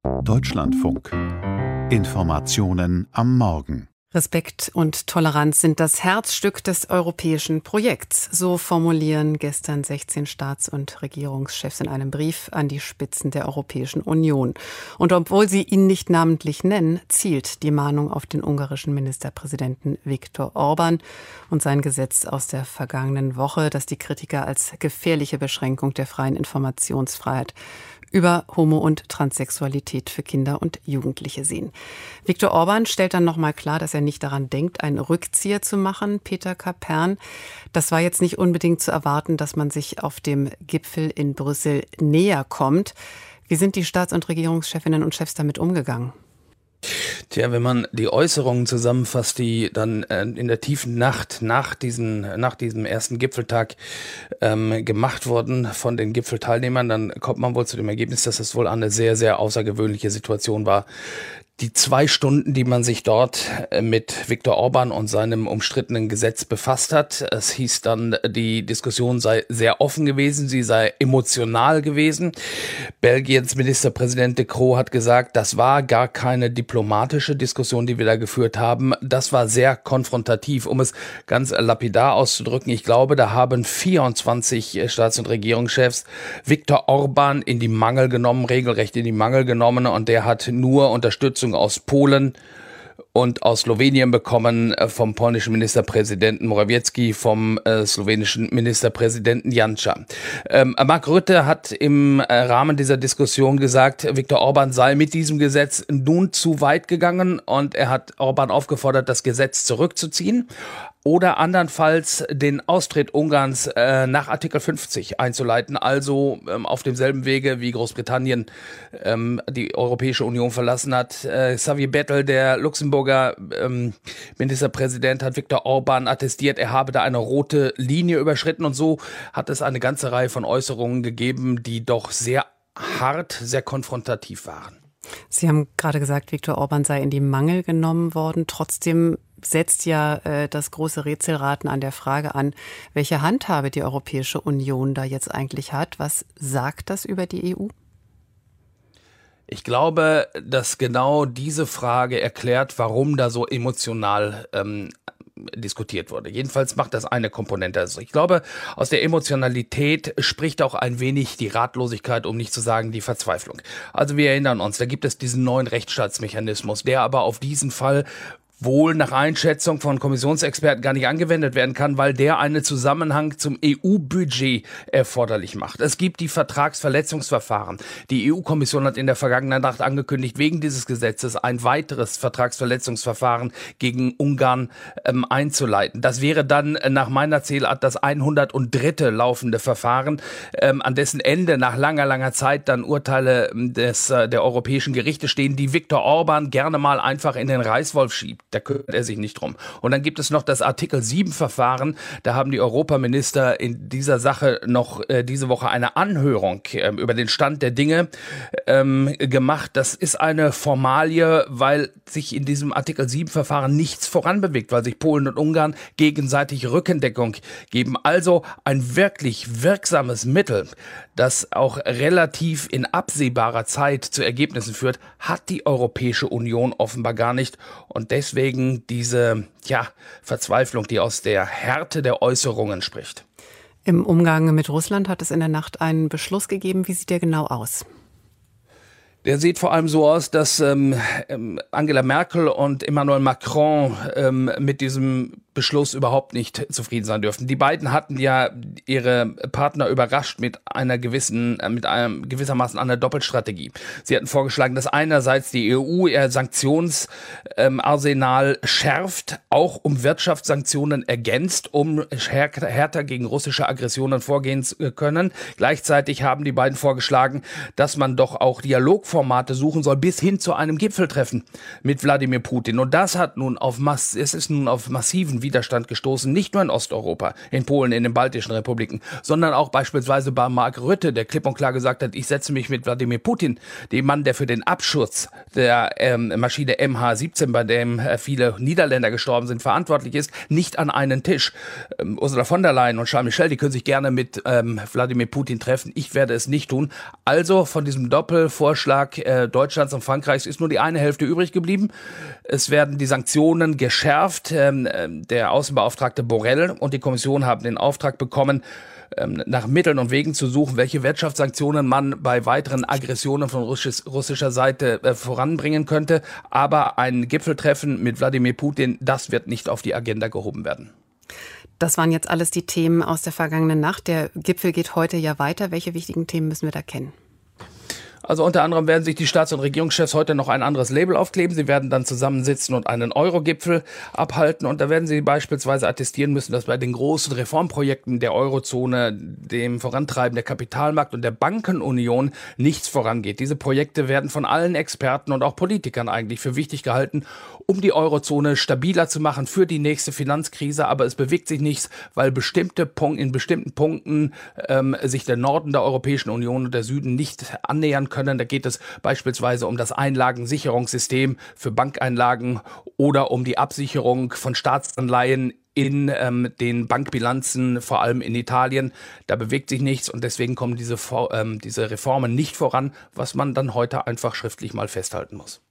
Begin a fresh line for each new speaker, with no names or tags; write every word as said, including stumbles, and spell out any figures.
Deutschlandfunk. Informationen am Morgen.
Respekt und Toleranz sind das Herzstück des europäischen Projekts. So formulieren gestern sechzehn Staats- und Regierungschefs in einem Brief an die Spitzen der Europäischen Union. Und obwohl sie ihn nicht namentlich nennen, zielt die Mahnung auf den ungarischen Ministerpräsidenten Viktor Orbán und sein Gesetz aus der vergangenen Woche, das die Kritiker als gefährliche Beschränkung der freien Informationsfreiheit über Homo- und Transsexualität für Kinder und Jugendliche sehen. Viktor Orbán stellt dann nochmal klar, dass er nicht daran denkt, einen Rückzieher zu machen. Peter Kapern, das war jetzt nicht unbedingt zu erwarten, dass man sich auf dem Gipfel in Brüssel näher kommt. Wie sind die Staats- und Regierungschefinnen und Chefs damit umgegangen?
Tja, wenn man die Äußerungen zusammenfasst, die dann äh, in der tiefen Nacht nach, diesen, nach diesem ersten Gipfeltag ähm, gemacht wurden von den Gipfelteilnehmern, dann kommt man wohl zu dem Ergebnis, dass es wohl eine sehr, sehr außergewöhnliche Situation war. Die zwei Stunden, die man sich dort mit Viktor Orbán und seinem umstrittenen Gesetz befasst hat, es hieß dann, die Diskussion sei sehr offen gewesen, sie sei emotional gewesen. Belgiens Ministerpräsident De Croo hat gesagt, das war gar keine diplomatische Diskussion, die wir da geführt haben. Das war sehr konfrontativ, um es ganz lapidar auszudrücken. Ich glaube, da haben vierundzwanzig Staats- und Regierungschefs Viktor Orbán in die Mangel genommen, regelrecht in die Mangel genommen, und der hat nur Unterstützung aus Polen und aus Slowenien bekommen, vom polnischen Ministerpräsidenten Morawiecki, vom äh, slowenischen Ministerpräsidenten Janša. Ähm, Mark Rutte hat im äh, Rahmen dieser Diskussion gesagt, Viktor Orbán sei mit diesem Gesetz nun zu weit gegangen, und er hat Orbán aufgefordert, das Gesetz zurückzuziehen oder andernfalls den Austritt Ungarns äh, nach Artikel fünfzig einzuleiten, also ähm, auf demselben Wege, wie Großbritannien ähm, die Europäische Union verlassen hat. Äh, Xavier Bettel, der Luxemburger ähm, Ministerpräsident, hat Viktor Orbán attestiert, er habe da eine rote Linie überschritten, und so hat es eine ganze Reihe von Äußerungen gegeben, die doch sehr hart, sehr konfrontativ waren.
Sie haben gerade gesagt, Viktor Orbán sei in die Mangel genommen worden. Trotzdem setzt ja äh, das große Rätselraten an der Frage an, welche Handhabe die Europäische Union da jetzt eigentlich hat. Was sagt das über die E U?
Ich glaube, dass genau diese Frage erklärt, warum da so emotional ähm, diskutiert wurde. Jedenfalls macht das eine Komponente. Also ich glaube, aus der Emotionalität spricht auch ein wenig die Ratlosigkeit, um nicht zu sagen die Verzweiflung. Also wir erinnern uns, da gibt es diesen neuen Rechtsstaatsmechanismus, der aber auf diesen Fall wohl nach Einschätzung von Kommissionsexperten gar nicht angewendet werden kann, weil der einen Zusammenhang zum E U-Budget erforderlich macht. Es gibt die Vertragsverletzungsverfahren. Die E U-Kommission hat in der vergangenen Nacht angekündigt, wegen dieses Gesetzes ein weiteres Vertragsverletzungsverfahren gegen Ungarn ähm, einzuleiten. Das wäre dann nach meiner Zählart das hundertdritte laufende Verfahren, ähm, an dessen Ende nach langer, langer Zeit dann Urteile des, äh, der europäischen Gerichte stehen, die Viktor Orbán gerne mal einfach in den Reißwolf schiebt. Da kümmert er sich nicht drum. Und dann gibt es noch das Artikel sieben Verfahren. Da haben die Europaminister in dieser Sache noch äh, diese Woche eine Anhörung äh, über den Stand der Dinge ähm, gemacht. Das ist eine Formalie, weil sich in diesem Artikel sieben Verfahren nichts voranbewegt, weil sich Polen und Ungarn gegenseitig Rückendeckung geben. Also ein wirklich wirksames Mittel, das auch relativ in absehbarer Zeit zu Ergebnissen führt, hat die Europäische Union offenbar gar nicht. Und deswegen Deswegen diese ja, Verzweiflung, die aus der Härte der Äußerungen spricht.
Im Umgang mit Russland hat es in der Nacht einen Beschluss gegeben. Wie sieht der genau aus?
Der sieht vor allem so aus, dass ähm, Angela Merkel und Emmanuel Macron ähm, mit diesem Beschluss überhaupt nicht zufrieden sein dürften. Die beiden hatten ja ihre Partner überrascht mit einer gewissen, mit einem gewissermaßen einer Doppelstrategie. Sie hatten vorgeschlagen, dass einerseits die E U ihr Sanktionsarsenal schärft, auch um Wirtschaftssanktionen ergänzt, um härter gegen russische Aggressionen vorgehen zu können. Gleichzeitig haben die beiden vorgeschlagen, dass man doch auch Dialogformate suchen soll, bis hin zu einem Gipfeltreffen mit Wladimir Putin. Und das hat nun auf Mass, es ist nun auf massiven Widerstand gestoßen, nicht nur in Osteuropa, in Polen, in den baltischen Republiken, sondern auch beispielsweise bei Mark Rutte, der klipp und klar gesagt hat, ich setze mich mit Wladimir Putin, dem Mann, der für den Abschuss der ähm, Maschine M H siebzehn, bei dem äh, viele Niederländer gestorben sind, verantwortlich ist, nicht an einen Tisch. Ähm, Ursula von der Leyen und Charles Michel, die können sich gerne mit ähm, Wladimir Putin treffen. Ich werde es nicht tun. Also von diesem Doppelvorschlag äh, Deutschlands und Frankreichs ist nur die eine Hälfte übrig geblieben. Es werden die Sanktionen geschärft. Ähm, der Außenbeauftragte Borrell und die Kommission haben den Auftrag bekommen, ähm, nach Mitteln und Wegen zu suchen, welche Wirtschaftssanktionen man bei weiteren Aggressionen von russisch, russischer Seite äh, voranbringen könnte. Aber ein Gipfeltreffen mit Wladimir Putin, das wird nicht auf die Agenda gehoben werden.
Das waren jetzt alles die Themen aus der vergangenen Nacht. Der Gipfel geht heute ja weiter. Welche wichtigen Themen müssen wir da kennen?
Also unter anderem werden sich die Staats- und Regierungschefs heute noch ein anderes Label aufkleben. Sie werden dann zusammensitzen und einen Euro-Gipfel abhalten. Und da werden sie beispielsweise attestieren müssen, dass bei den großen Reformprojekten der Eurozone, dem Vorantreiben der Kapitalmarkt- und der Bankenunion nichts vorangeht. Diese Projekte werden von allen Experten und auch Politikern eigentlich für wichtig gehalten, um die Eurozone stabiler zu machen für die nächste Finanzkrise. Aber es bewegt sich nichts, weil bestimmte Punkte, in bestimmten Punkten ähm, sich der Norden der Europäischen Union und der Süden nicht annähern können. Da geht es beispielsweise um das Einlagensicherungssystem für Bankeinlagen oder um die Absicherung von Staatsanleihen in ähm, den Bankbilanzen, vor allem in Italien. Da bewegt sich nichts und deswegen kommen diese, ähm, diese Reformen nicht voran, was man dann heute einfach schriftlich mal festhalten muss.